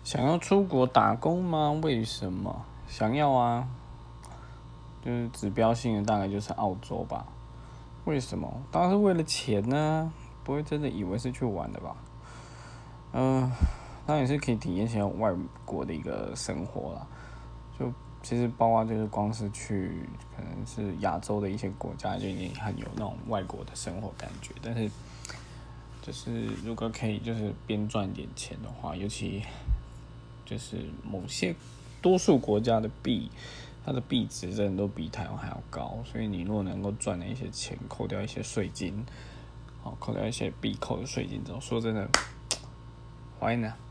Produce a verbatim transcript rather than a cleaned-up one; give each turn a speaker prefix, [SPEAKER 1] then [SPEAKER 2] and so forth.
[SPEAKER 1] 想要出国打工吗？为什么？想要啊，就是指标性的大概就是澳洲吧。为什么？当然是为了钱呢、啊，不会真的以为是去玩的吧？嗯、呃，当然也是可以体验一下外国的一个生活啦。就其实包括就是光是去可能是亚洲的一些国家，就已经很有那种外国的生活感觉。但是就是如果可以就是边赚点钱的话，尤其就是某些多数国家的币，它的币值真的都比台湾还要高，所以你如果能够赚了一些钱，扣掉一些税金，好，扣掉一些必扣的税金之后，说真的，why 呢？